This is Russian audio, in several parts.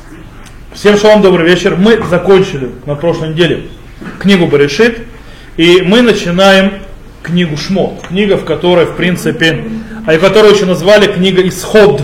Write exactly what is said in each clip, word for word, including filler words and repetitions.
Всем шалом, добрый вечер. Мы закончили на прошлой неделе книгу Берешит, и мы начинаем книгу Шмот. Книга, в которой, в принципе, а и которую еще назвали книга Исход.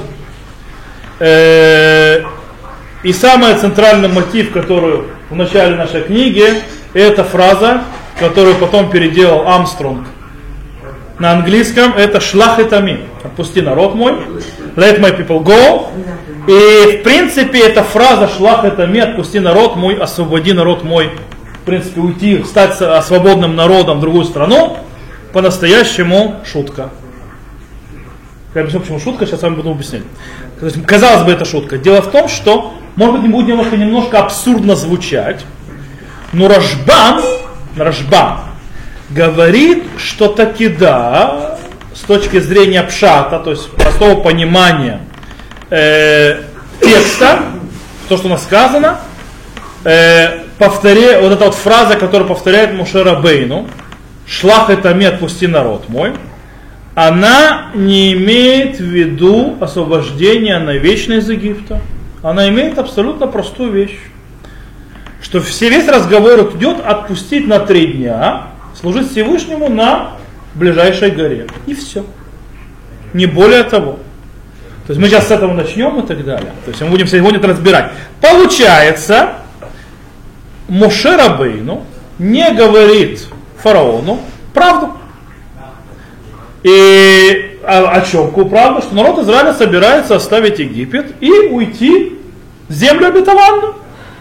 И самый центральный мотив, который в начале нашей книги, это фраза, которую потом переделал Армстронг на английском, это «Шлах et ami», «Отпусти народ мой», «Let my people go». И в принципе эта фраза «Шлах et ami», «Отпусти народ мой», «Освободи народ мой», в принципе уйти, стать свободным народом в другую страну, по-настоящему шутка. Я объясню, почему шутка, сейчас я вам буду объяснять. То есть, казалось бы, это шутка. Дело в том, что, может быть, не будет немножко, немножко абсурдно звучать, но Рашбам, Рашбам говорит, что таки да, с точки зрения пшата, то есть простого понимания э, текста, то, что у нас сказано, э, повторяя, вот эта вот фраза, которую повторяет Моше Рабейну, «Шлах et ami, отпусти народ мой», она не имеет в виду освобождение навечно из Египта. Она имеет абсолютно простую вещь. Что все, весь разговор идет отпустить на три дня, служить Всевышнему на ближайшей горе. И все. Не более того. То есть мы сейчас с этого начнем и так далее. То есть мы будем сегодня это разбирать. Получается, Моше Рабейну не говорит фараону правду. И о, о чем правда? Что народ Израиля собирается оставить Египет и уйти в землю обетованную.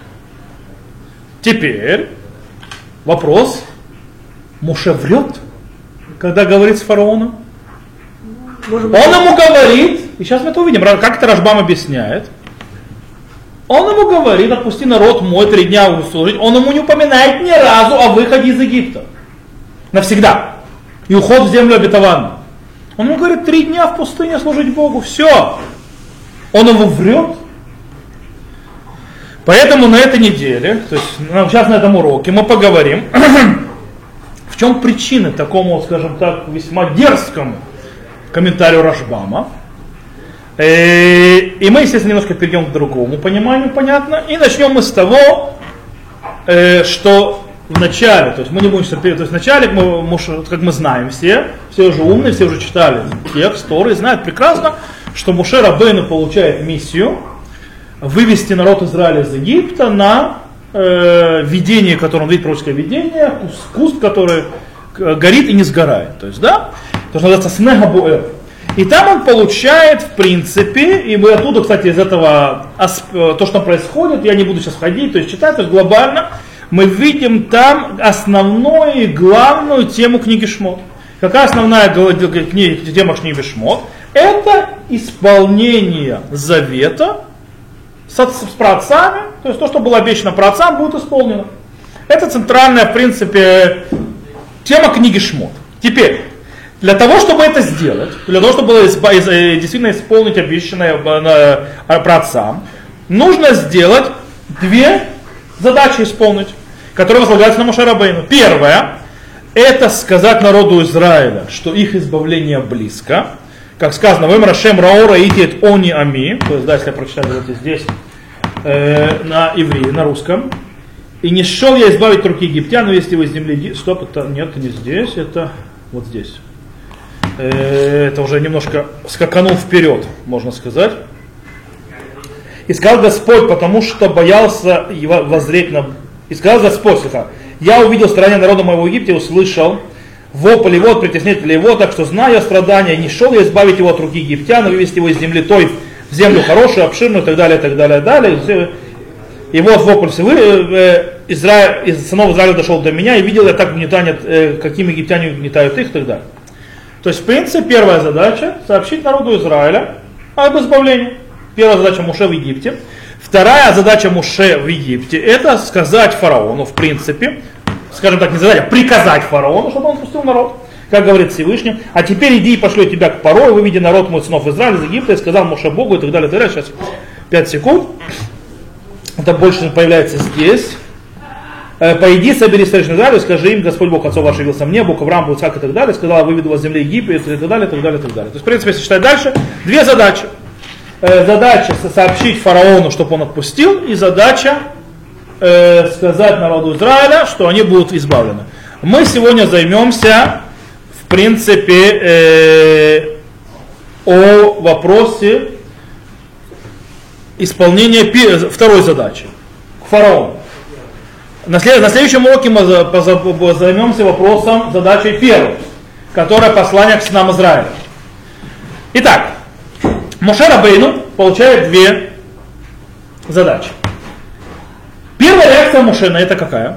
Теперь вопрос. Моше врет, когда говорит с фараоном? Он ему говорит, и сейчас мы это увидим, как это Рашбам объясняет. Он ему говорит, отпусти народ мой, три дня буду служить. Он ему не упоминает ни разу о выходе из Египта. Навсегда. И уход в землю обетованную. Он ему говорит, три дня в пустыне служить Богу. Все. Он ему врет. Поэтому на этой неделе, то есть сейчас на этом уроке, мы поговорим, в чем причины такому, скажем так, весьма дерзкому комментарию Рашбама. И мы, естественно, немножко перейдем к другому пониманию, понятно. И начнем мы с того, что в начале, то есть мы не будем, то есть в начале, мы, как мы знаем все, все уже умные, все уже читали текст, Торы, знают прекрасно, что Моше Рабейну получает миссию вывести народ Израиля из Египта на э, видение, которое он видит, пророческое видение, куст, куст, который горит и не сгорает. То есть, да, то, что называется снега буэр. И там он получает, в принципе, и мы оттуда, кстати, из этого, то, что происходит, я не буду сейчас ходить, то есть читать, то есть глобально, мы видим там основную и главную тему книги Шмот. Какая основная тема книги Шмот? Это исполнение завета с, с праотцами, то есть то, что было обещано праотцам, будет исполнено. Это центральная, в принципе, тема книги Шмот. Теперь, для того, чтобы это сделать, для того, чтобы было изба- действительно исполнить обещанное праотцам, нужно сделать две задачи исполнить, которые возлагаются на Моше Рабейну. Первое, это сказать народу Израиля, что их избавление близко. Как сказано, «Вэм рашем раора итиет они ами», то есть, да, если я прочитаю вот здесь, э, на иврите, на русском. «И не шел я избавить от руки египтян, но если вы из земли...» Стоп, это нет, это не здесь, это вот здесь. Э, это уже немножко скаканул вперед, можно сказать. «И сказал Господь, потому что боялся его воззреть на...» И сказал Господь, слыха, «Я увидел страдания народа моего в Египте, услышал вопль его от притеснителя его, так что, зная страдания, не шел я избавить его от руки египтян, вывести его из земли той в землю хорошую, обширную, и так далее, и так далее, и так далее. И вот вопль Израиль, из сынов Израиля дошел до меня, и видел я так угнетание, каким египтяне угнетают их, и так далее». То есть, в принципе, первая задача сообщить народу Израиля об избавлении. Первая задача Моше в Египте. Вторая задача Моше в Египте, это сказать фараону, в принципе, скажем так, не задать, а приказать фараону, чтобы он отпустил народ, как говорит Всевышний. А теперь иди и пошлю тебя к Паро, выведи народ мой сынов Израиля из Египта, и сказал Моше Богу, и так далее, и так далее. Сейчас пять секунд. Это больше появляется здесь. Пойди, собери старейшин Израиля, скажи им, Господь Бог отцов ваших явился мне, Бог Авраам, Бог Ицхак и так далее, сказал, выведу вас с земли Египта, и так далее, и так далее, и так далее. То есть, в принципе, если читать дальше, две задачи. э, задача сообщить фараону, чтобы он отпустил, и задача э, сказать народу Израиля, что они будут избавлены. Мы сегодня займемся, в принципе, э, о вопросе исполнения второй задачи, к фараону. На, след, на следующем уроке мы за, поза, займемся вопросом, задачей первой, которая послание к сынам Израиля. Итак, Моше Рабейну получает две задачи. Первая реакция Моше на это какая?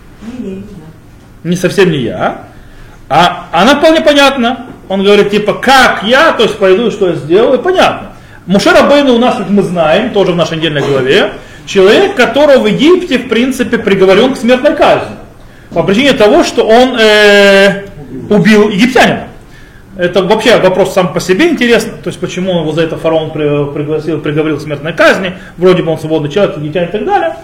Не совсем не я. А она вполне понятна. Он говорит, типа, как я, то есть пойду, что я сделаю, понятно. Моше Рабейну у нас, как мы знаем, тоже в нашей недельной главе, человек, которого в Египте, в принципе, приговорен к смертной казни. По причине того, что он э, убил египтянина. Это вообще вопрос сам по себе интересный. То есть, почему его за это фараон пригласил, приговорил к смертной казни. Вроде бы он свободный человек, египтянин и так далее.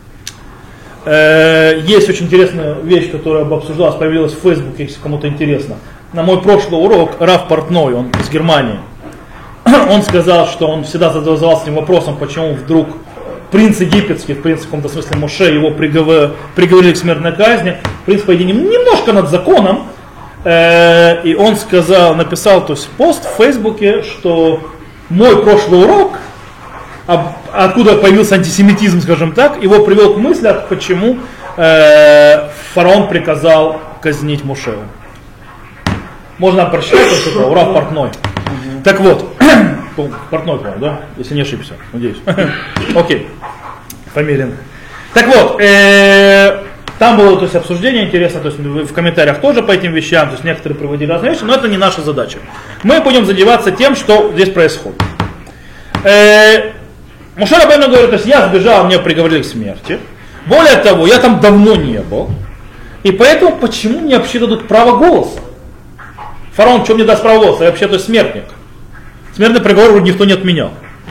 Э, есть очень интересная вещь, которая обсуждалась, появилась в Фейсбуке, если кому-то интересно. На мой прошлый урок Раф Портной, он из Германии, он сказал, что он всегда задавался этим вопросом, почему вдруг принц египетский, в принципе, в каком-то смысле Моше, его приговор, приговорили к смертной казни, принц, по идее, немножко над законом, э, и он сказал, написал, то есть пост в Фейсбуке, что мой прошлый урок, об, откуда появился антисемитизм, скажем так, его привел к мысли, почему э, фараон приказал казнить Моше. Можно прочитать, что это Раф Портной. Так вот, Портной, да, если не ошибся, надеюсь. Окей, фамилия. Так вот, э, там было, то есть, обсуждение интересно, то есть в комментариях тоже по этим вещам, то есть некоторые приводили разные вещи, но это не наша задача. Мы будем задеваться тем, что здесь происходит. Э, Моше Рабейну говорит, то есть я сбежал, меня приговорили к смерти. Более того, я там давно не был, и поэтому почему мне вообще дадут право голоса? Фараон, что мне даст право голоса? Я вообще-то смертник. Смертный приговор вроде никто не отменял.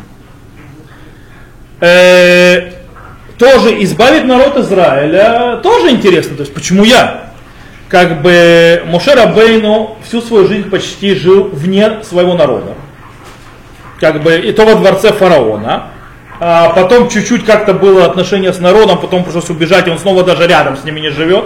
Э, тоже избавить народ Израиля, тоже интересно. То есть почему я? Как бы Моше Рабейну всю свою жизнь почти жил вне своего народа. Как бы и то во дворце фараона. А потом чуть-чуть как-то было отношение с народом, потом пришлось убежать, и он снова даже рядом с ними не живет.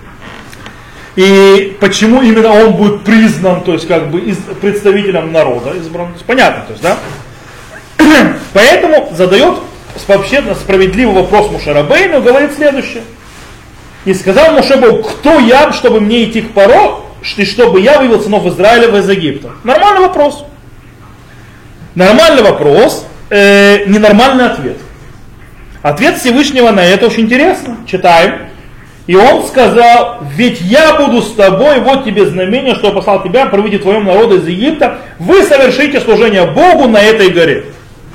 И почему именно он будет признан, то есть как бы из, представителем народа избран, понятно, то есть, да? Поэтому задает вообще справедливый вопрос Моше Рабейну, говорит следующее. И сказал Моше Богу, кто я, чтобы мне идти к Паро, и чтобы я вывел сынов Израиля из Египта? Нормальный вопрос. Нормальный вопрос, э, ненормальный ответ. Ответ Всевышнего на это очень интересно. Читаем. И он сказал, ведь я буду с тобой, вот тебе знамение, что я послал тебя, проведи твоем народу из Египта, вы совершите служение Богу на этой горе.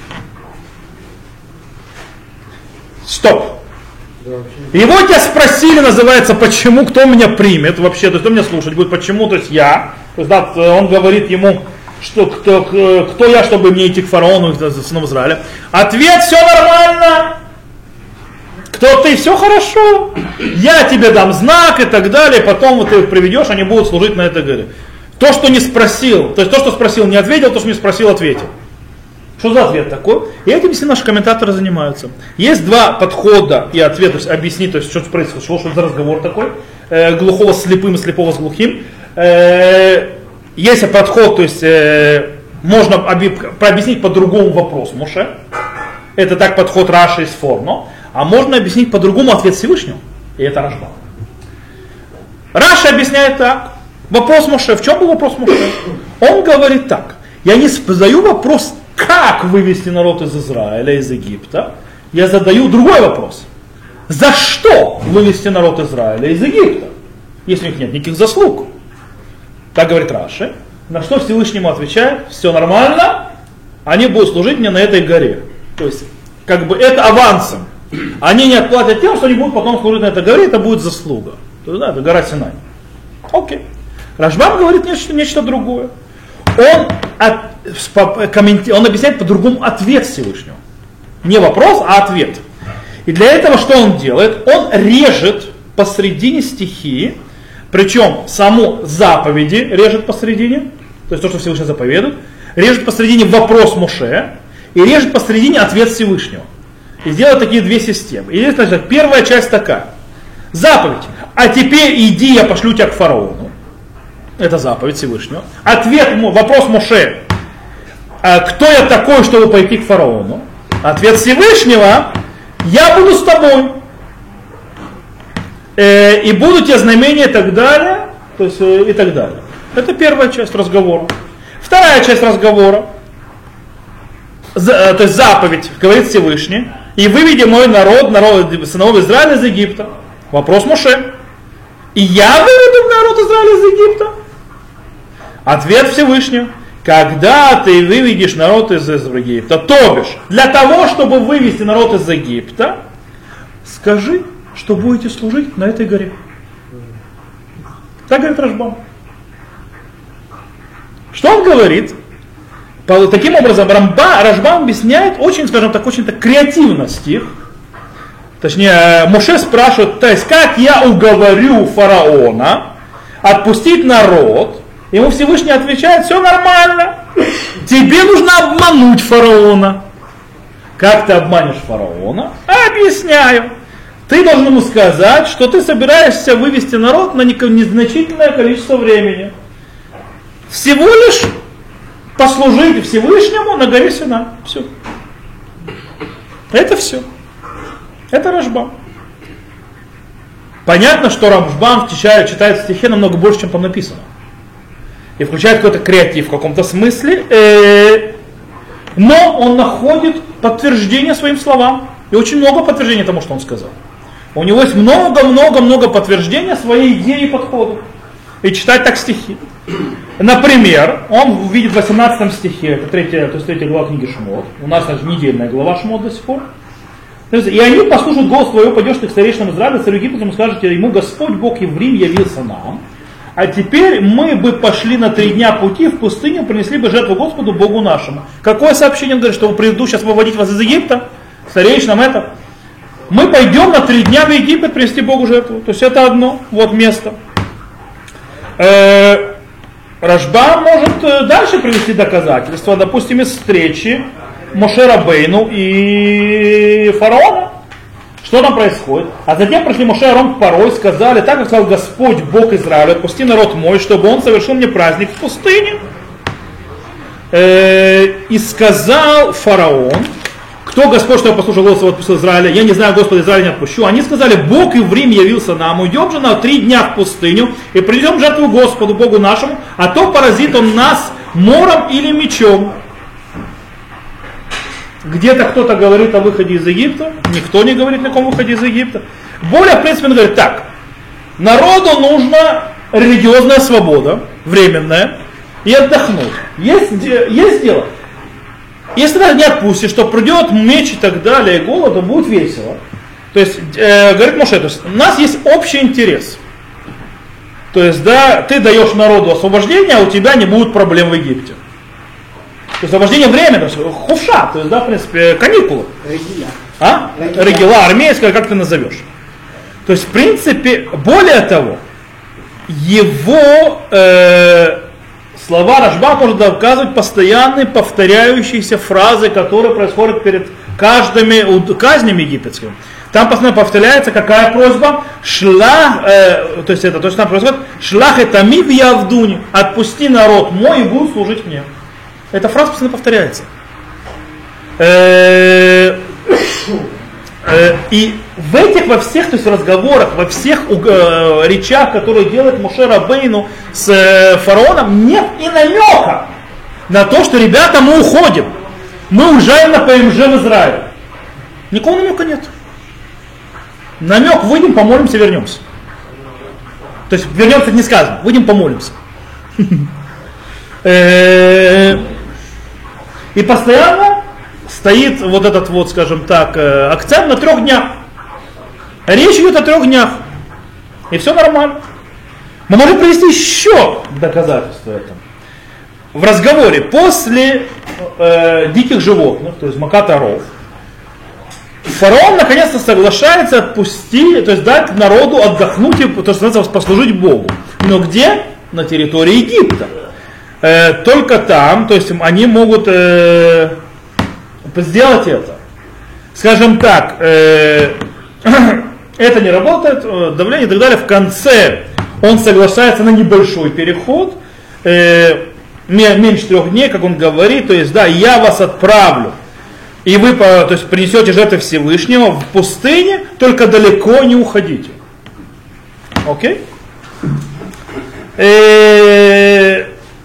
Стоп. И вот тебя спросили, называется, почему, кто меня примет вообще, то есть кто меня слушать будет, почему, то есть я. То есть, да, он говорит ему, что кто, кто я, чтобы мне идти к фараону, сынам Израиля. Ответ, все нормально. Кто ты, все хорошо, я тебе дам знак и так далее, потом вот ты их приведешь, они будут служить на этой горе. То, что не спросил, то есть то, что спросил, не ответил, то, что не спросил, ответил. Что за ответ такой? И этим все наши комментаторы занимаются. Есть два подхода и ответ, то есть объяснить, то есть что происходит, что за разговор такой, э, глухого с слепым и слепого с глухим. Э, есть подход, то есть э, можно оби- объяснить по другому вопросу, Моше. Это так подход Раши из Формо. А можно объяснить по-другому ответ Всевышнего. И это Рашбам. Раша объясняет так. Вопрос Моше. В чем был вопрос Моше? Он говорит так. Я не задаю вопрос, как вывести народ из Израиля, из Египта. Я задаю другой вопрос. За что вывести народ Израиля из Египта? Если у них нет никаких заслуг. Так говорит Раши. На что Всевышнему отвечает, все нормально, они будут служить мне на этой горе. То есть, как бы это авансом. Они не отплатят тем, что они будут потом служить на этой горе, это будет заслуга. То есть, да, это гора Синай. Окей. Рашбам говорит нечто, нечто другое. Он, от, комменти, он объясняет по-другому ответ Всевышнего. Не вопрос, а ответ. И для этого что он делает? Он режет посредине стихи, причем саму заповеди режет посредине, то есть то, что Всевышний заповедует, режет посредине вопрос Моше, и режет посередине ответ Всевышнего. И сделает такие две системы. И здесь, значит, первая часть такая. Заповедь. А теперь иди, я пошлю тебя к фараону. Это заповедь Всевышнего. Ответ, вопрос Моше. Кто я такой, чтобы пойти к фараону? Ответ Всевышнего. Я буду с тобой. И будут тебе знамения и так далее. То есть, и так далее. Это первая часть разговора. Вторая часть разговора. То есть заповедь, говорит Всевышний. И выведи мой народ, народ сынов Израиля из Египта. Вопрос Моше. И я выведу народ Израиля из Египта? Ответ Всевышнего. Когда ты выведешь народ из Египта, то бишь, для того, чтобы вывести народ из Египта, скажи, что будете служить на этой горе. Так говорит Рашбам. Что он говорит? Таким образом, Рамба, Рашбам объясняет очень, скажем так, очень так креативно стих. Точнее, Моше спрашивает, то есть, как я уговорю фараона отпустить народ? Ему Всевышний отвечает, все нормально. Тебе нужно обмануть фараона. Как ты обманешь фараона? Объясняю. Ты должен ему сказать, что ты собираешься вывести народ на незначительное количество времени. Всего лишь послужить Всевышнему на горе Синай. Все. Это все. Это Рашбам. Понятно, что Рашбам читает, читает стихи намного больше, чем там написано. И включает какой-то креатив в каком-то смысле. Э-э- но он находит подтверждение своим словам. И очень много подтверждений тому, что он сказал. У него есть много-много-много подтверждения своей идеи и подхода. И читать так стихи. Например, он видит в восемнадцатом стихе, это третья, то есть третья глава книги Шмот. У нас даже недельная глава Шмот до сих пор. И они послушают голос твоего, пойдешь ты к старейшинам Израиля, царю Египта, и скажете ему, Господь Бог Еврим явился нам. А теперь мы бы пошли на три дня пути в пустыню, принесли бы жертву Господу Богу нашему. Какое сообщение он говорит, что он приду сейчас выводить вас из Египта? Старейшинам это. Мы пойдем на три дня в Египет принести Богу жертву. То есть это одно, вот место. Э-э- Рашбам может дальше привести доказательства, допустим, из встречи Моше Рабейну и фараона. Что там происходит? А затем пришли Моше и Аарон к Паро и сказали, так как сказал Господь Бог Израиля, отпусти народ мой, чтобы он совершил мне праздник в пустыне. И сказал фараон, кто Господь, что я послушал голос его, отпустил Израиля, я не знаю, Господа Израиля не отпущу. Они сказали, Бог Еврим явился нам, уйдем же на три дня в пустыню и принесем жертву Господу, Богу нашему, а то поразит он нас мором или мечом. Где-то кто-то говорит о выходе из Египта, никто не говорит о каком выходе из Египта. Более, в принципе, он говорит так, народу нужна религиозная свобода, временная, и отдохнуть. Есть, есть дело. Если ты не отпустишь, что придет меч и так далее, и голод, то будет весело. То есть, э, говорит Моше, то есть, у нас есть общий интерес. То есть, да, ты даешь народу освобождение, а у тебя не будет проблем в Египте. То есть, освобождение времени, то есть, хувша, то есть, да, в принципе, каникулы. Регила. А? Регила. Регила, армейская, как ты назовешь. То есть, в принципе, более того, его... Э, слова Рашбам может доказывать постоянные повторяющиеся фразы, которые происходят перед каждыми казнями египетскими. Там постоянно повторяется какая просьба? Шлах, э, то есть это то, что там происходит. Шлах это ми в явдуни. Отпусти народ мой и будут служить мне. Эта фраза постоянно повторяется. Э, э, и в этих, во всех, то есть разговорах, во всех э, речах, которые делает Моше Рабейну с э, фараоном, нет и намека на то, что, ребята, мы уходим. Мы уезжаем на ПМЖ в Израиль. Никакого намека нет. Намек, выйдем, помолимся, вернемся. То есть вернемся, не сказано, выйдем, помолимся. И постоянно стоит вот этот вот, скажем так, акцент на трех днях. Речь идет о трех днях. И все нормально. Мы можем привести еще доказательства этому. В разговоре после э, диких животных, то есть макатаров, фараон наконец-то соглашается отпустить, то есть дать народу отдохнуть, и, то есть послужить Богу. Но где? На территории Египта. Э, только там, то есть они могут э, сделать это. Скажем так, э, это не работает, э, давление и так далее. В конце он соглашается на небольшой переход, э, меньше трех дней, как он говорит, то есть, да, я вас отправлю, и вы, то есть, принесете жертвы Всевышнего в пустыне, только далеко не уходите. Окей? Э,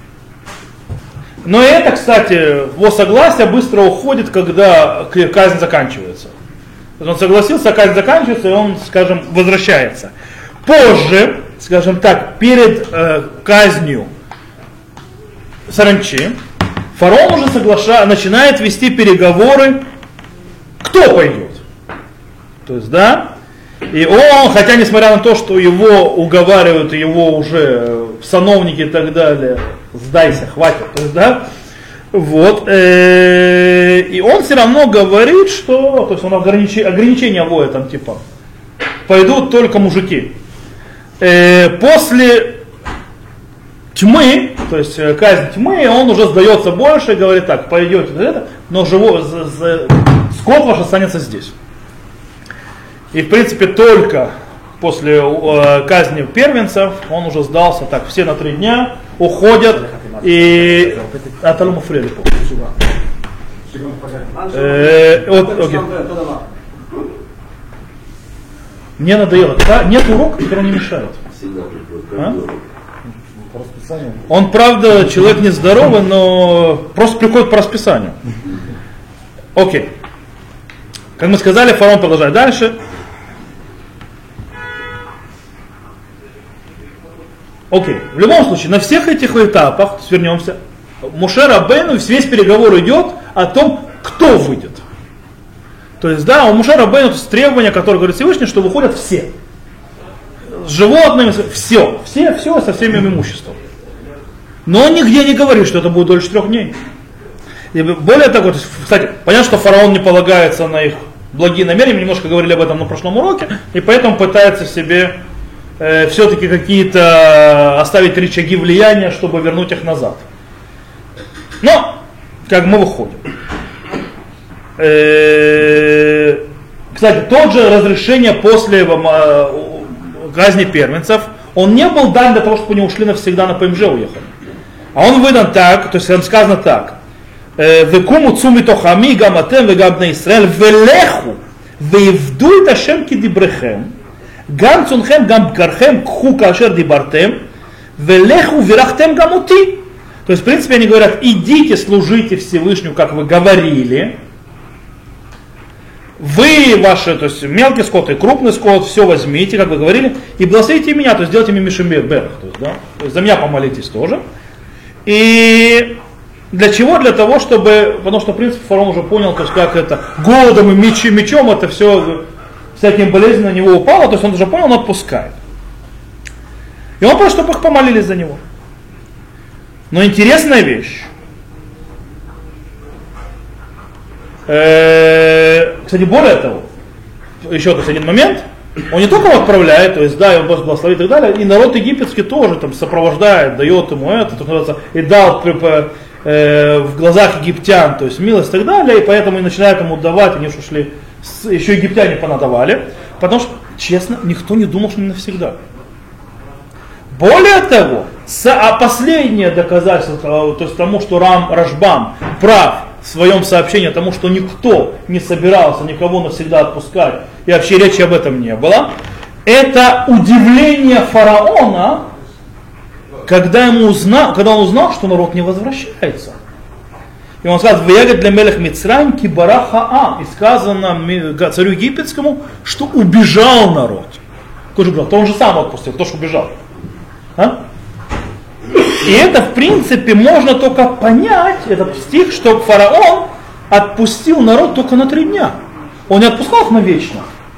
но это, кстати, его согласие быстро уходит, когда казнь заканчивается. Он согласился, казнь заканчивается, и он, скажем, возвращается. Позже, скажем так, перед э, казнью саранчи, фараон уже соглаша... начинает вести переговоры, кто пойдет. То есть, да, и он, хотя несмотря на то, что его уговаривают, его уже сановники и так далее, сдайся, хватит, то есть, да, вот, э, и он все равно говорит, что, то есть он ограничи, ограничения вводит там, типа, пойдут только мужики. Э, после тьмы, то есть казнь тьмы, он уже сдается больше и говорит так, пойдете, это, но живо, з, з, скот ваш останется здесь. И в принципе только после э, казни первенцев он уже сдался, так, все на три дня уходят и... А, талу мафрели. Мне надоело. Нет урока, который не мешает. А? Он, правда, человек нездоровый, но просто приходит по расписанию. Окей. Как мы сказали, фараон продолжает дальше. Окей. В любом случае, на всех этих этапах, свернемся, Моше Рабейну весь переговор идет о том, кто выйдет. То есть, да, у Моше Рабейну требования, которые говорит Всевышний, что выходят все. С животными, все, все, все со всем имуществом. Но он нигде не говорит, что это будет дольше трех дней. И более того, кстати, понятно, что фараон не полагается на их благие намерения, мы немножко говорили об этом на прошлом уроке, и поэтому пытается себе э, все-таки какие-то оставить рычаги влияния, чтобы вернуть их назад. Но, как мы выходим. Э, кстати, тот же разрешение после э, казни первенцев, он не был дан для того, чтобы они ушли навсегда на ПМЖ уехали. А он выдан так, то есть там сказано так. Векуму цуми тохами гаматем вегабне Исраэль велеху веивду это шем кидибрехем гам цунхем гам кархем кху кашер дибартем велеху вирахтем гамути. То есть в принципе они говорят, идите служите Всевышнему, как вы говорили. Вы ваши, то есть мелкий скот и крупный скот, все возьмите, как вы говорили, и благословите меня, то есть сделайте мне мишембер, то есть, да, то есть за меня помолитесь тоже. И для чего? Для того, чтобы, потому что в принципе фараон уже понял, то есть как это, голодом и меч, мечом это все, всяким болезням на него упало, то есть он уже понял, он отпускает. И он просто, чтобы их помолились за него. Но интересная вещь. Кстати, более того, еще то есть один момент, он не только его отправляет, то есть да, его Бог благословит и так далее, и народ египетский тоже там сопровождает, дает ему это, то, называется, и дал э, в глазах египтян, то есть милость и так далее, и поэтому и начинают ему давать, они уж ушли, еще египтяне понадавали, потому что, честно, никто не думал, что не навсегда. Более того, а последнее доказательство, то есть тому, что Рам Рашбам прав в своем сообщении, тому, что никто не собирался никого навсегда отпускать, и вообще речи об этом не было, это удивление фараона, когда, ему узнал, когда он узнал, что народ не возвращается. И он сказал, «Веягет для мелех Мицраим кибара хаа», и сказано царю египетскому, что убежал народ. Кто же убежал? То он же сам отпустил, кто же убежал? А? И это, в принципе, можно только понять, этот стих, что фараон отпустил народ только на три дня. Он не отпускал их навечно.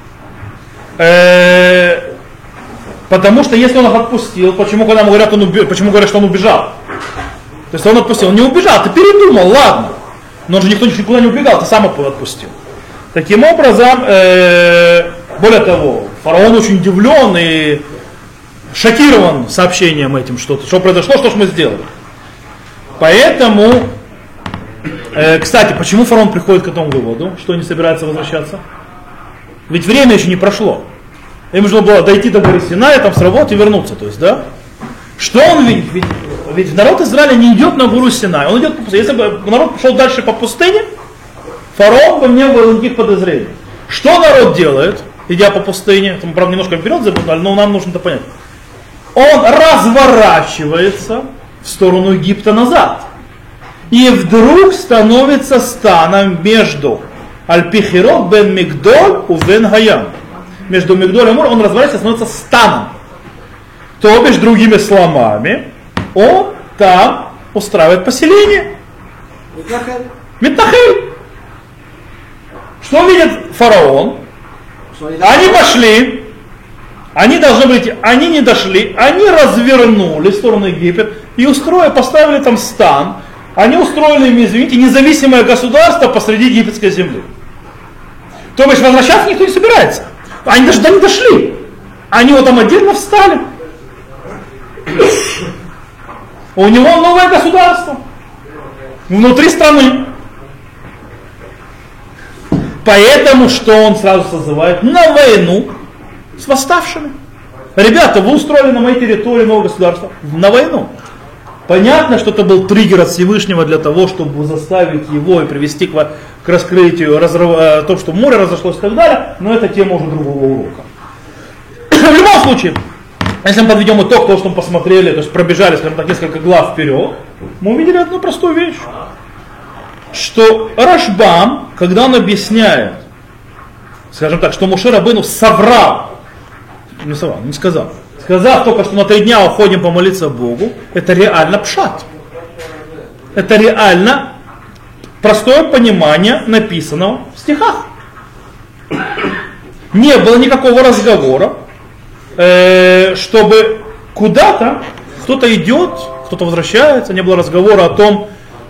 Э-э- потому что если он их отпустил, почему, когда ему говорят, он убежал, почему говорят, что он убежал? То есть он отпустил, он не убежал, ты передумал, ладно. Но же никто никуда не убегал, ты сам отпустил. Таким образом, э-э- более того, фараон очень удивлен и шокирован сообщением этим, что, что произошло, что же мы сделали. Поэтому Э, кстати, почему фараон приходит к этому выводу, что не собирается возвращаться? Ведь время еще не прошло. Им нужно было дойти до горы Синая, там сработать и вернуться. То есть, да? Что он видит? Ведь, ведь народ Израиля не идет на гору Синай, он идет по пустыне. Если бы народ пошел дальше по пустыне, фараон бы не было никаких подозрений. Что народ делает, идя по пустыне? Это мы, правда, немножко вперед забудали, но нам нужно это понять. Он разворачивается в сторону Египта назад. И вдруг становится станом между Аль-Пихирот бен Мигдоль у бен Хаям. Между Мигдоль и Мур он разворачивается, становится станом. То бишь, другими словами, он там устраивает поселение. Митнахель. Что видит фараон? Они пошли. Они должны быть, они не дошли, они развернули в сторону Египет и устроили, поставили там стан. Они устроили им, извините, независимое государство посреди египетской земли. То бишь возвращаться никто не собирается. Они даже не дошли. Они вот там отдельно встали. У него новое государство. Внутри страны. Поэтому что он сразу созывает? На войну с восставшими. Ребята, вы устроили на моей территории новое государство. На войну. Понятно, что это был триггер от Всевышнего для того, чтобы заставить его и привести к, к раскрытию разрыв, то, что море разошлось и так далее, но это тема уже другого урока. В любом случае, если мы подведем итог того, что мы посмотрели, то есть пробежали, скажем так, несколько глав вперед, мы увидели одну простую вещь, что Рашбам, когда он объясняет, скажем так, что Моше Рабейну соврал, не соврал, не сказал, сказав только, что на три дня уходим помолиться Богу, это реально пшат. Это реально простое понимание написанного в стихах. Не было никакого разговора, э, чтобы куда-то кто-то идет, кто-то возвращается, не было разговора о том,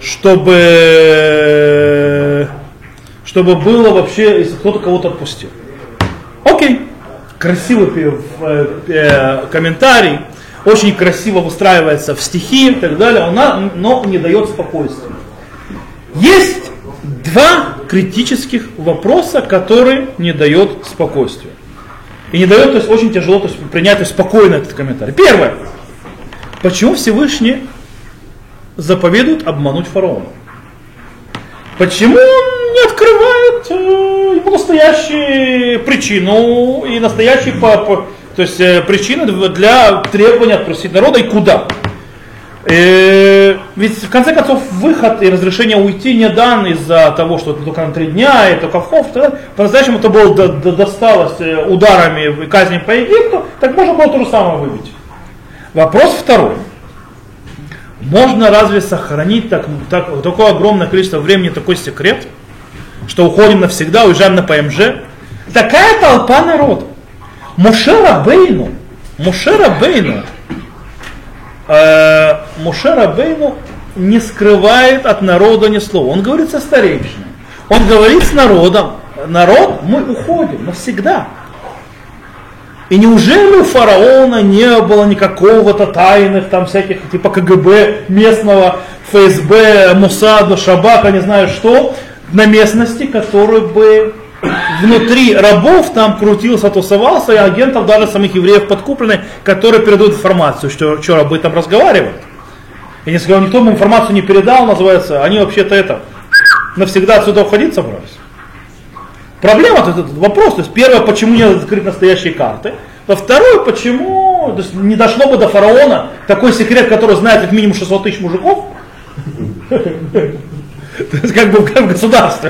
чтобы, чтобы было вообще, если кто-то кого-то отпустил. Окей. Красивый э, э, комментарий, очень красиво выстраивается в стихи и так далее, он, но не дает спокойствия. Есть два критических вопроса, которые не дают спокойствия. И не дает, то есть очень тяжело то есть, принять то есть, спокойно этот комментарий. Первое. Почему Всевышний заповедует обмануть фараона? Почему он не открывает э, ему настоящую причину и настоящие по, по, то есть, э, причины для требования отпустить народа и куда? Э, ведь в конце концов выход и разрешение уйти не дан из-за того, что это только на три дня, и только хов, по-настоящему это было до, до, досталось ударами и казнью по Египту, так можно было то же самое выбить. Вопрос второй. Можно разве сохранить так, так, такое огромное количество времени, такой секрет, что уходим навсегда, уезжаем на ПМЖ? Такая толпа народа. Моше Рабейну, Моше Рабейну, э, Моше Рабейну не скрывает от народа ни слова. Он говорит со старейшинами. Он говорит с народом. Народ, мы уходим навсегда. И неужели у фараона не было никакого-то тайных, там всяких, типа КГБ, местного, ФСБ, Мусада, Шабака, не знаю что, на местности, который бы внутри рабов там крутился, тусовался, и агентов даже самих евреев подкупленных, которые передают информацию, что, что рабы там разговаривают. И если он никто им информацию не передал, называется, они вообще-то это, навсегда отсюда уходить собрались. Проблема, это этот вопрос, то есть первое, почему не открыть настоящие карты, а второе, почему то есть, не дошло бы до фараона такой секрет, который знает как минимум шестьсот тысяч мужиков, то есть как бы в государстве.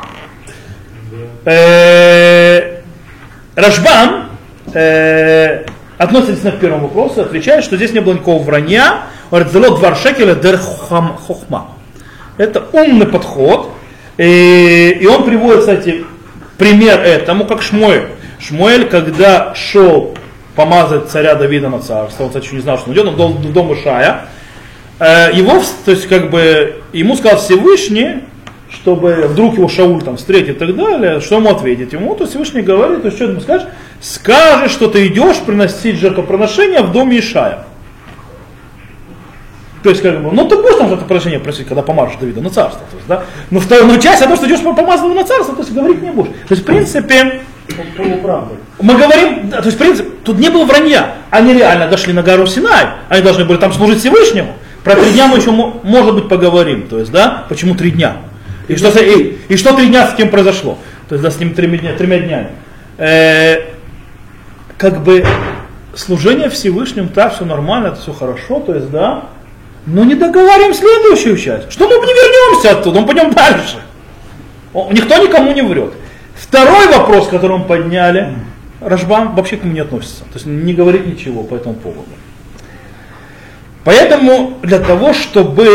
Рашбам относится к первому вопросу, отвечает, что здесь не было никакого вранья, говорит, зелот двар шекеля дер хохма. Это умный подход, и он приводит, кстати, пример этому, как Шмуэль. Шмуэль, когда шел помазать царя Давида на царство, он, кстати, не знал, что он идет, он в дом Ишая, его, то есть, как бы, ему сказал Всевышний, чтобы вдруг его Шауль там встретит и так далее, что ему ответить? Ему, то Всевышний говорит, то что ему скажешь? Скажешь, что ты идешь приносить жертвоприношение в доме Ишая. То есть, как бы, ну ты будешь там это прощение просить, когда помажешь Давида на царство. То есть, да? Но вторую часть, а то, что идешь по помазанному на царство, то есть говорить не будешь. То есть, в принципе, мы говорим, да, то есть, в принципе, тут не было вранья. Они реально дошли на гору Синай, они должны были там служить Всевышнему. Про три дня мы еще, может быть, поговорим. То есть, да, почему три дня? И что, и, и что три дня с кем произошло? То есть, да, с ним тремя, дня, тремя днями. Э, как бы служение Всевышнему, так, все нормально, это все хорошо, то есть, да, но не договорим следующую часть. Что мы не вернемся оттуда, мы пойдем дальше. О, никто никому не врет. Второй вопрос, который мы подняли, Рашбам вообще к нему не относится. То есть не говорит ничего по этому поводу. Поэтому для того, чтобы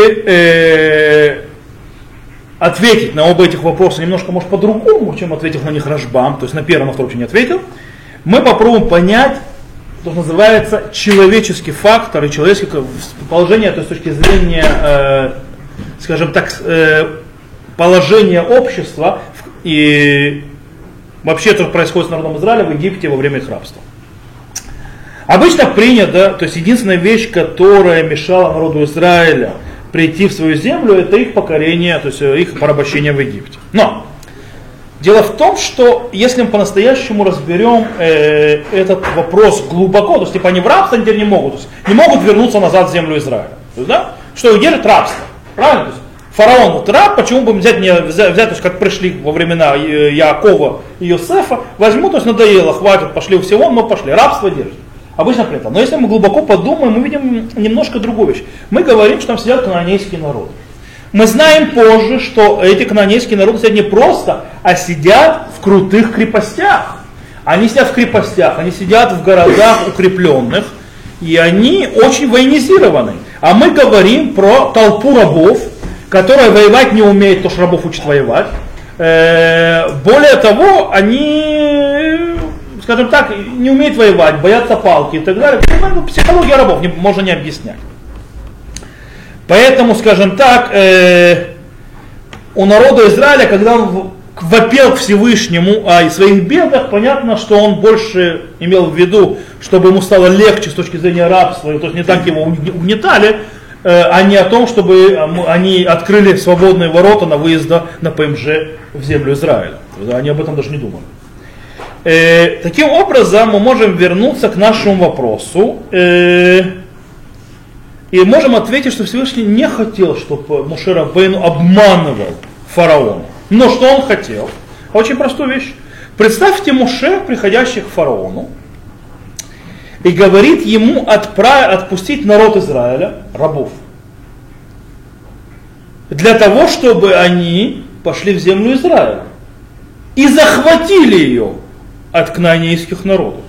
э, ответить на оба этих вопроса немножко, может, по-другому, чем ответил на них Рашбам, то есть на первом, на втором не ответил, мы попробуем понять, что называется человеческий фактор и человеческое положение, то есть с точки зрения, э, скажем так, э, положения общества и вообще то, что происходит с народом Израиля в Египте во время их рабства. Обычно принято, да, то есть единственная вещь, которая мешала народу Израиля прийти в свою землю, это их покорение, то есть их порабощение в Египте. Но дело в том, что если мы по-настоящему разберем э, этот вопрос глубоко, то есть типа они в рабство теперь не могут, то есть не могут вернуться назад в землю Израиля. То есть, да, что их держит рабство. Правильно? То есть, фараон вот раб, почему бы взять, не, взять, взять то есть, как пришли во времена Яакова и Йосефа, возьму, то есть надоело, хватит, пошли у всего, мы пошли. Рабство держит. Обычно при этом. Но если мы глубоко подумаем, мы видим немножко другую вещь. Мы говорим, что там сидят кананейские народы. Мы знаем позже, что эти кананейские народы сидят не просто, а сидят в крутых крепостях. Они сидят в крепостях, они сидят в городах укрепленных, и они очень военизированы. А мы говорим про толпу рабов, которая воевать не умеет, потому что рабов учат воевать. Более того, они, скажем так, не умеют воевать, боятся палки и так далее. Психология рабов можно не объяснять. Поэтому, скажем так, э, у народа Израиля, когда он вопил к Всевышнему о своих бедах, понятно, что он больше имел в виду, чтобы ему стало легче с точки зрения рабства, то есть не так его угнетали, э, а не о том, чтобы они открыли свободные ворота на выезд на ПМЖ в землю Израиля. Они об этом даже не думали. Э, таким образом, мы можем вернуться к нашему вопросу. Э, И можем ответить, что Всевышний не хотел, чтобы Моше Рабейну обманывал фараона. Но что он хотел? Очень простую вещь. Представьте Моше, приходящих к фараону, и говорит ему отправ... отпустить народ Израиля, рабов, для того, чтобы они пошли в землю Израиля и захватили ее от кнаанейских народов.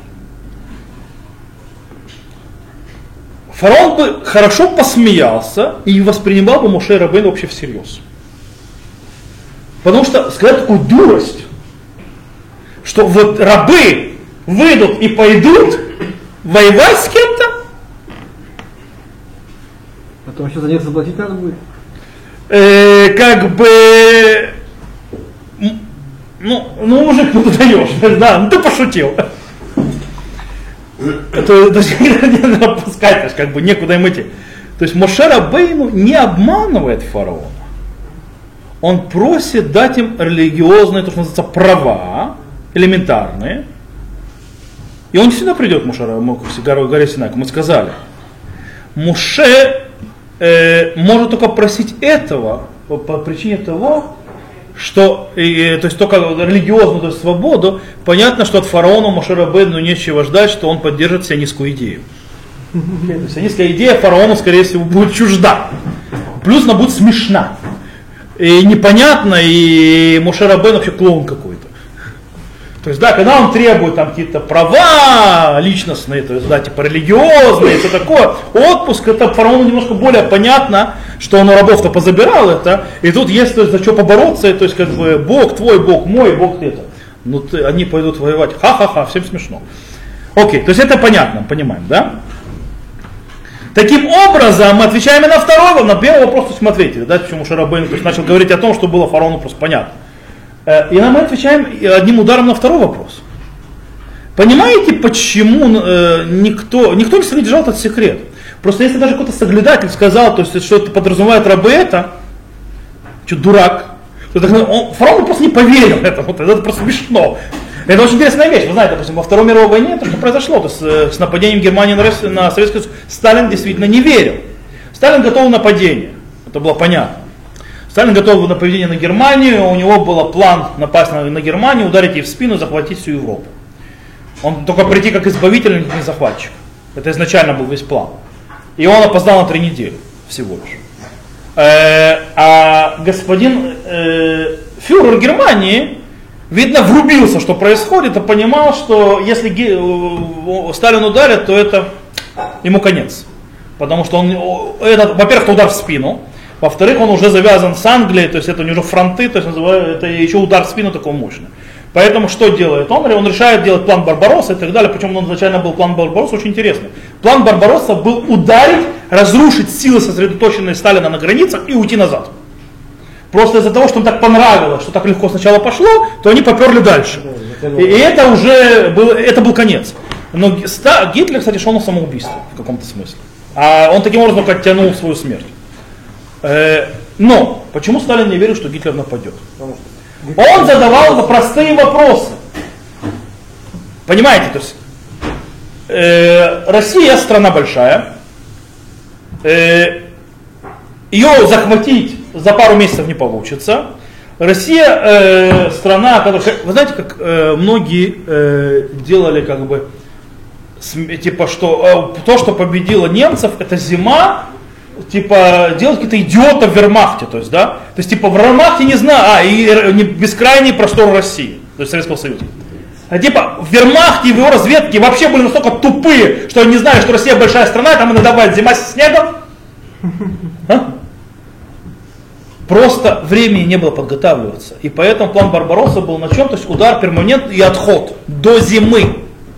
Фараон бы хорошо посмеялся и воспринимал бы Моше Рабейну вообще всерьез. Потому что сказать такую дурость, что вот рабы выйдут и пойдут воевать с кем-то. Потом еще за них заплатить надо будет. Э, как бы, ну, ну мужик, ну ты даешь, да, ну ты пошутил. То, то есть не надо опускать, то есть, как бы некуда им идти. То есть Моше Рабейну не обманывает фараона. Он просит дать им религиозные, то, что называется, права, элементарные. И он действительно придет к Моше Рабейну, к горе Синай, как мы сказали. Моше э, может только просить этого по, по причине того, что, и, то есть только религиозную, то есть свободу, понятно, что от фараона Моше Рабейну нечего ждать, что он поддержит сионистскую идею. То есть сионистская идея фараону, скорее всего, будет чужда. Плюс она будет смешна. И непонятно, и Моше Рабейну вообще клоун какой-то. То есть, да, когда он требует там какие-то права личностные, то есть, да, типа религиозные, это такое, отпуск, это фараону немножко более понятно, что он у рабов-то позабирал это, и тут есть, то есть, за что побороться, то есть, как бы, Бог твой, Бог мой, Бог это. Ну, ты, они пойдут воевать, ха-ха-ха, всем смешно. Окей, то есть, это понятно, понимаем, да? Таким образом, мы отвечаем и на второй вопрос, на первый вопрос, то есть, мы ответили, да, почему Моше Рабейну, то есть, начал говорить о том, что было фараону просто понятно. И нам мы отвечаем одним ударом на второй вопрос. Понимаете, почему э, никто, никто не содержал этот секрет? Просто если даже какой-то соглядатель сказал, то есть, что это подразумевает рабы это, что дурак, то он, фараон просто не поверил этому, это просто смешно. Это очень интересная вещь, вы знаете, допустим, во Второй мировой войне это что произошло, то есть с нападением Германии на, на Советский Союз, Сталин действительно не верил. Сталин готовил нападение, это было понятно. Сталин готовил нападение на Германию, у него был план напасть на, на Германию, ударить ей в спину, захватить всю Европу. Он только прийти как избавитель, не захватчик. Это изначально был весь план. И он опоздал на три недели всего лишь. Э, а господин э, фюрер Германии, видно, врубился, что происходит, и понимал, что если Ге, э, Сталин ударит, то это ему конец. Потому что он, это, во-первых, это удар в спину, во-вторых, он уже завязан с Англией, то есть это уже фронты, то есть это еще удар в спину такой мощный. Поэтому что делает он? Он решает делать план Барбаросса и так далее. Причем он изначально был план Барбаросса очень интересный. План Барбаросса был ударить, разрушить силы, сосредоточенные Сталина на границах, и уйти назад. Просто из-за того, что им так понравилось, что так легко сначала пошло, то они поперли дальше. И, и это уже был, это был конец. Но Гитлер, кстати, шел на самоубийство в каком-то смысле. А он таким образом оттянул свою смерть. Но почему Сталин не верил, что Гитлер нападет? Он задавал простые вопросы. Понимаете, то есть э, Россия страна большая, э, ее захватить за пару месяцев не получится. Россия э, страна, которая, вы знаете, как э, многие э, делали как бы типа что э, то, что победило немцев, это зима. Типа делать какие-то идиоты в вермахте, то есть, да, то есть, типа, в вермахте не знаю, а, и не бескрайний простор России, то есть Советского Союза. А типа, в вермахте и в его разведке вообще были настолько тупые, что они не знали, что Россия большая страна, там иногда бывает зима с снегом. А? Просто времени не было подготавливаться. И поэтому план Барбаросса был на чем? То есть удар перманентный и отход до зимы.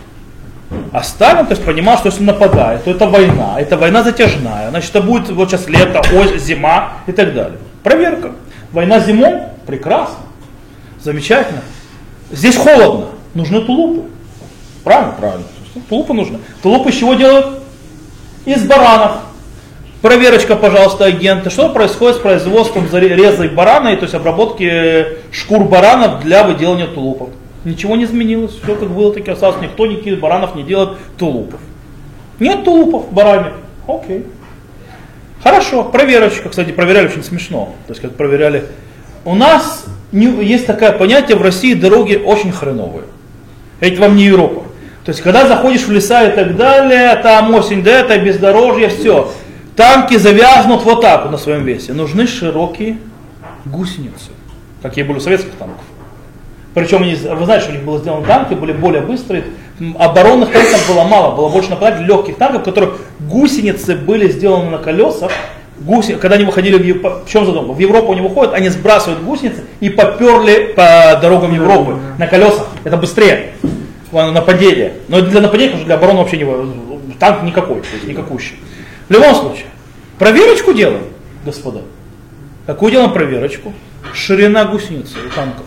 А Сталин, то есть, понимал, что если нападает, то это война, это война затяжная, значит, это будет вот сейчас лето, осень, зима и так далее. Проверка. Война зимой? Прекрасно. Замечательно. Здесь холодно, нужны тулупы. Правильно? Правильно. Тулупы нужны. Тулупы из чего делают? Из баранов. Проверочка, пожалуйста, агенты. Что происходит с производством реза барана, то есть обработки шкур баранов для выделывания тулупов? Ничего не изменилось, все как было, так и осталось. Никто никаких баранов не делает тулупов. Нет тулупов в баране. Окей. Хорошо, проверочка. Кстати, проверяли очень смешно. То есть, как проверяли. У нас не, есть такое понятие, в России дороги очень хреновые. Это вам не Европа. То есть, когда заходишь в леса и так далее, там осень, да, это бездорожье, все. Танки завязнут вот так вот на своем весе. Нужны широкие гусеницы, какие были у советских танков. Причем, они, вы знаете, что у них было сделано танки, были более быстрые. Оборонных танков было мало, было больше нападать легких танков, в которых гусеницы были сделаны на колесах. Гуси, когда они выходили в Европу, в чем задумка? В Европу они выходят, они сбрасывают гусеницы и поперли по дорогам Европы на колесах. Это быстрее нападение. Но для нападения, конечно, для обороны вообще не танк никакой, то есть никакущий. В любом случае, проверочку делаем, господа. Какую делаем проверочку? Ширина гусеницы у танков.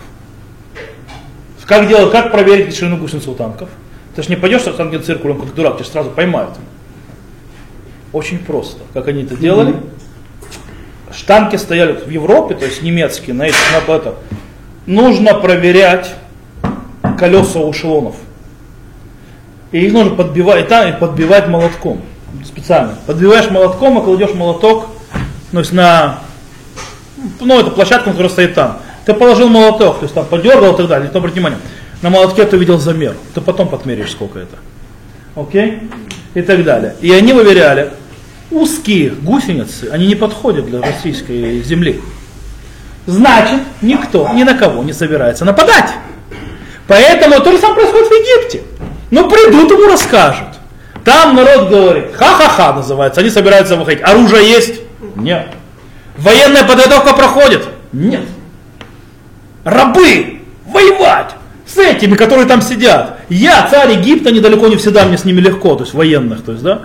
Как делать, как проверить ширину гусеницы у танков? Ты же не пойдешь с танком циркулем, как дурак, тебя сразу поймают. Очень просто. Как они это делали? Танки стояли в Европе, то есть немецкие, на этих, на это. Нужно проверять колеса у эшелонов. И их нужно подбивать, и там, и подбивать молотком. Специально. Подбиваешь молотком и кладешь молоток, ну, на, ну, это площадка, которая стоит там. Ты положил молоток, то есть там подергал и так далее, не обрати внимание. На молотке ты видел замер, ты потом подмеришь, сколько это. Окей? И так далее. И они выверяли, узкие гусеницы, они не подходят для российской земли. Значит, никто ни на кого не собирается нападать. Поэтому то же самое происходит в Египте. Ну придут, ему расскажут. Там народ говорит, ха-ха-ха называется, они собираются выходить. Оружие есть? Нет. Военная подготовка проходит? Нет. Рабы, воевать с этими, которые там сидят. Я, царь Египта, недалеко не всегда, мне с ними легко, то есть военных, то есть, да.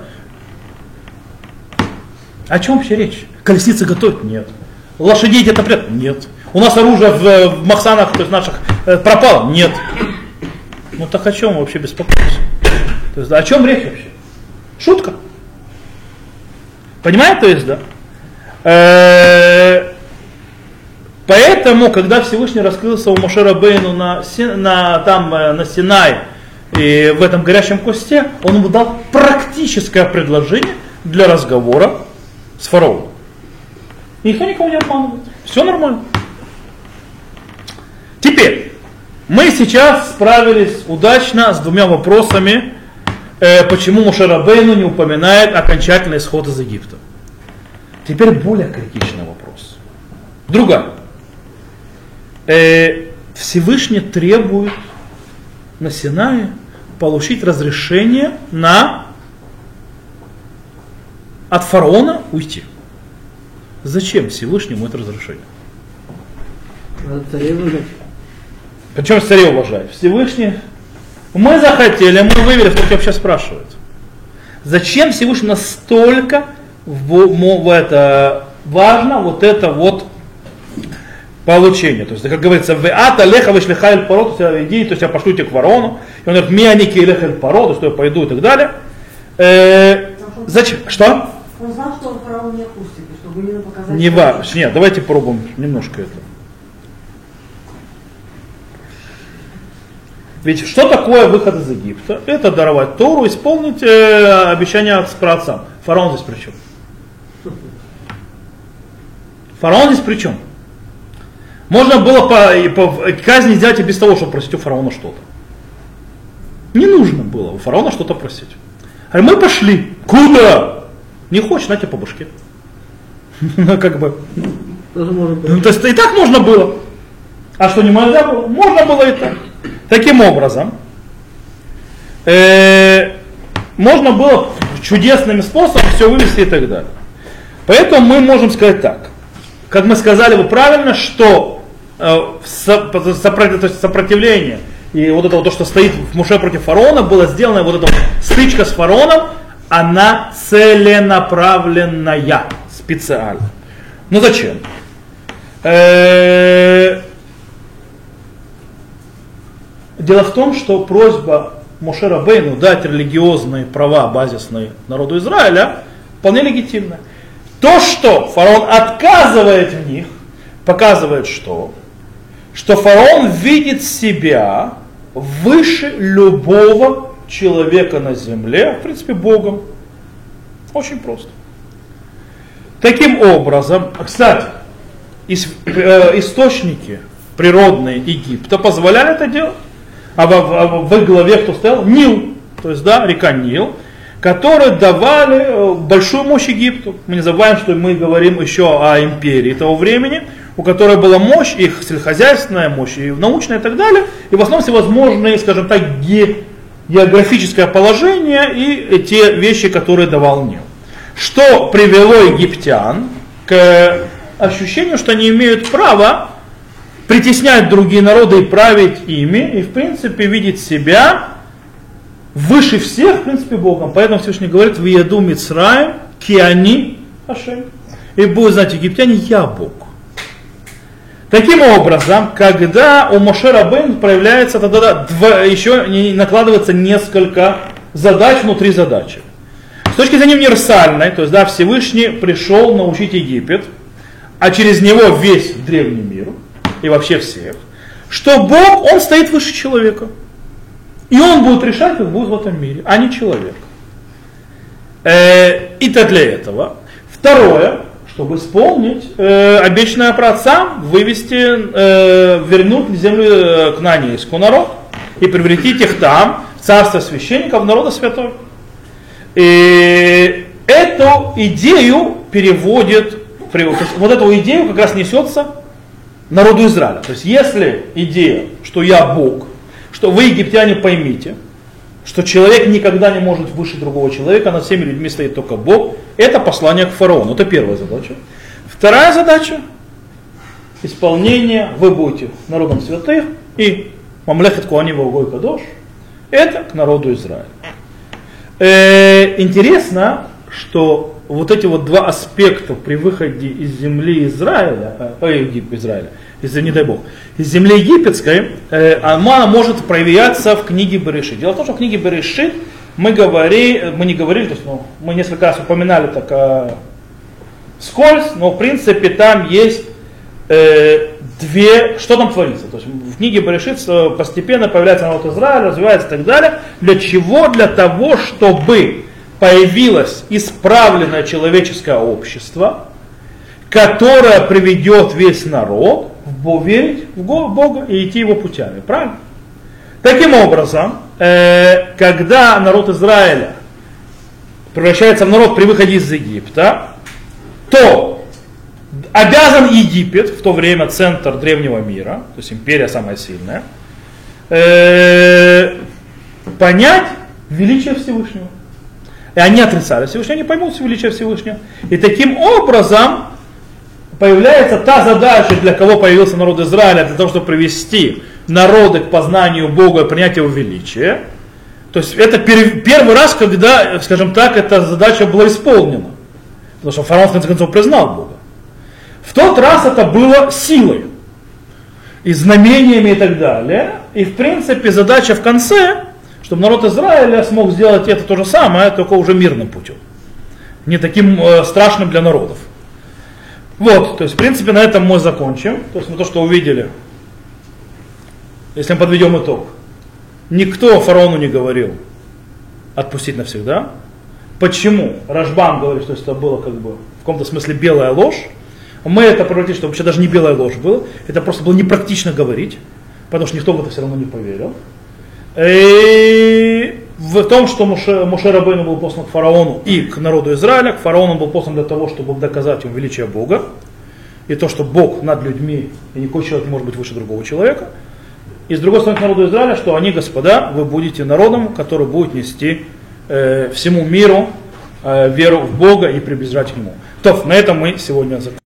О чем вообще речь? Колесницы готовят? Нет. Лошадей где-то прят? Нет. У нас оружие в, в махсанах, то есть наших, э, пропало? Нет. Ну так о чем вообще беспокоиться? То есть, о чем речь вообще? Шутка. Понимаете, то есть, да? Э, поэтому, когда Всевышний раскрылся у Моше Рабейну на, на, там, на Синай и в этом горящем кусте, он ему дал практическое предложение для разговора с фараоном. И никто никого не обманывает. Все нормально. Теперь, мы сейчас справились удачно с двумя вопросами, э, почему Моше Рабейну не упоминает окончательный исход из Египта. Теперь более критичный вопрос. Другая. Э, Всевышний требует на Синае получить разрешение на от фараона уйти. Зачем Всевышнему это разрешение? Надо царей уважать. Причем царей уважать? Всевышний. Мы захотели, мы вывели, кто тебя вообще спрашивает. Зачем Всевышний настолько в, в это важно вот это вот получение? То есть, как говорится, веата леха вишлиха эль паро, то есть, иди, то есть я пошлю тебя к фараону. И он говорит, мианики леха эль паро, то есть я пойду и так далее. Э, зачем? Что? Он знал, что он фараон не отпустит, и чтобы именно показать... Не важно. Нет, давайте попробуем немножко это. Ведь что такое выход из Египта? Это даровать Тору, исполнить э, обещание с праотцам. Фараон здесь при чем? Фараон здесь при чем? Можно было по, по казни сделать и без того, чтобы просить у фараона что-то. Не нужно было у фараона что-то просить. А мы пошли. Куда? Не хочешь, на тебе по башке. Ну, как бы. Тоже можно было. Ну, то есть и так можно было. А что, не нельзя было? Можно было и так. Таким образом, э, можно было чудесными способами все вывести и так далее. Поэтому мы можем сказать так. Как мы сказали бы правильно, что э, сопротивление и вот это вот то, что стоит в Моше против фараона, было сделано вот эта вот стычка с фараоном, она целенаправленная, специально. Ну зачем? Э, Дело в том, что просьба Моше Рабейну дать религиозные права базисные народу Израиля вполне легитимна. То, что фараон отказывает в них, показывает что? Что фараон видит себя выше любого человека на земле, в принципе, Богом. Очень просто. Таким образом, кстати, источники природные Египта позволяли это делать. А в, в, в их главе кто стоял? Нил, то есть да, река Нил, которые давали большую мощь Египту. Мы не забываем, что мы говорим еще о империи того времени, у которой была мощь, их сельскохозяйственная мощь, и научная и так далее, и в основном всевозможные, скажем так, ге, географическое положение и те вещи, которые давал Нил. Что привело египтян к ощущению, что они имеют право притеснять другие народы и править ими, и в принципе видеть себя выше всех, в принципе, Богом. Поэтому Всевышний говорит, «Вияду Мицраим, киани Ашем». И будет знать египтяне, я Бог. Таким образом, когда у Моше Рабейну проявляется, тогда два, еще накладывается несколько задач внутри задачи. С точки зрения универсальной, то есть да, Всевышний пришел научить Египет, а через него весь древний мир, и вообще всех, что Бог, Он стоит выше человека. И Он будет решать, как будет в этом мире, а не человек. Э, и то для этого. Второе, чтобы исполнить э, обещанное праотцам, вывести, э, вернуть землю кнаанейскую народ и превратить их там, в царство священников, народа святой. И эту идею переводит, вот эту идею как раз несется народу Израиля. То есть если идея, что я Бог, что вы, египтяне, поймите, что человек никогда не может выше другого человека, над всеми людьми стоит только Бог, это послание к фараону. Это первая задача. Вторая задача – исполнение, вы будете народом святых, и мамлехет коаним вагой кадош, это к народу Израиля. Э, интересно, что вот эти вот два аспекта при выходе из земли Израиля, э, Израиля, из, не дай Бог, из земли египетской, э, она может проявляться в книге Берешит. Дело в том, что в книге Берешит мы, говори, мы не говорили, то есть, ну, мы несколько раз упоминали так о скользь, но в принципе там есть э, две, что там творится. То есть в книге Берешит постепенно появляется народ Израиля, развивается и так далее. Для чего? Для того, чтобы появилось исправленное человеческое общество, которое приведет весь народ в верить в Бога и идти его путями. Правильно? Таким образом, э, когда народ Израиля превращается в народ при выходе из Египта, то обязан Египет, в то время центр древнего мира, то есть империя самая сильная, э, понять величие Всевышнего. И они отрицали Всевышнего, они поймут величие Всевышнего. И таким образом появляется та задача, для кого появился народ Израиля, для того, чтобы привести народы к познанию Бога и принять его величие. То есть это первый раз, когда, скажем так, эта задача была исполнена. Потому что фараон в конце концов признал Бога. В тот раз это было силой. И знамениями и так далее. И в принципе задача в конце, чтобы народ Израиля смог сделать это то же самое, только уже мирным путем. Не таким э, страшным для народов. Вот, то есть в принципе на этом мы закончим. То есть мы то, что увидели. Если мы подведем итог. Никто фараону не говорил отпустить навсегда. Почему? Рашбам говорит, что это было как бы в каком-то смысле белая ложь. Мы это превратили, что вообще даже не белая ложь была. Это просто было непрактично говорить, потому что никто в это все равно не поверил. И в том, что Моше, Моше Рабейну был послан к фараону и к народу Израиля, к фараону был послан для того, чтобы доказать им величие Бога. И то, что Бог над людьми, и никакой человек не может быть выше другого человека. И с другой стороны, к народу Израиля, что они, господа, вы будете народом, который будет нести э, всему миру э, веру в Бога и приближать к Нему. То, на этом мы сегодня закончим.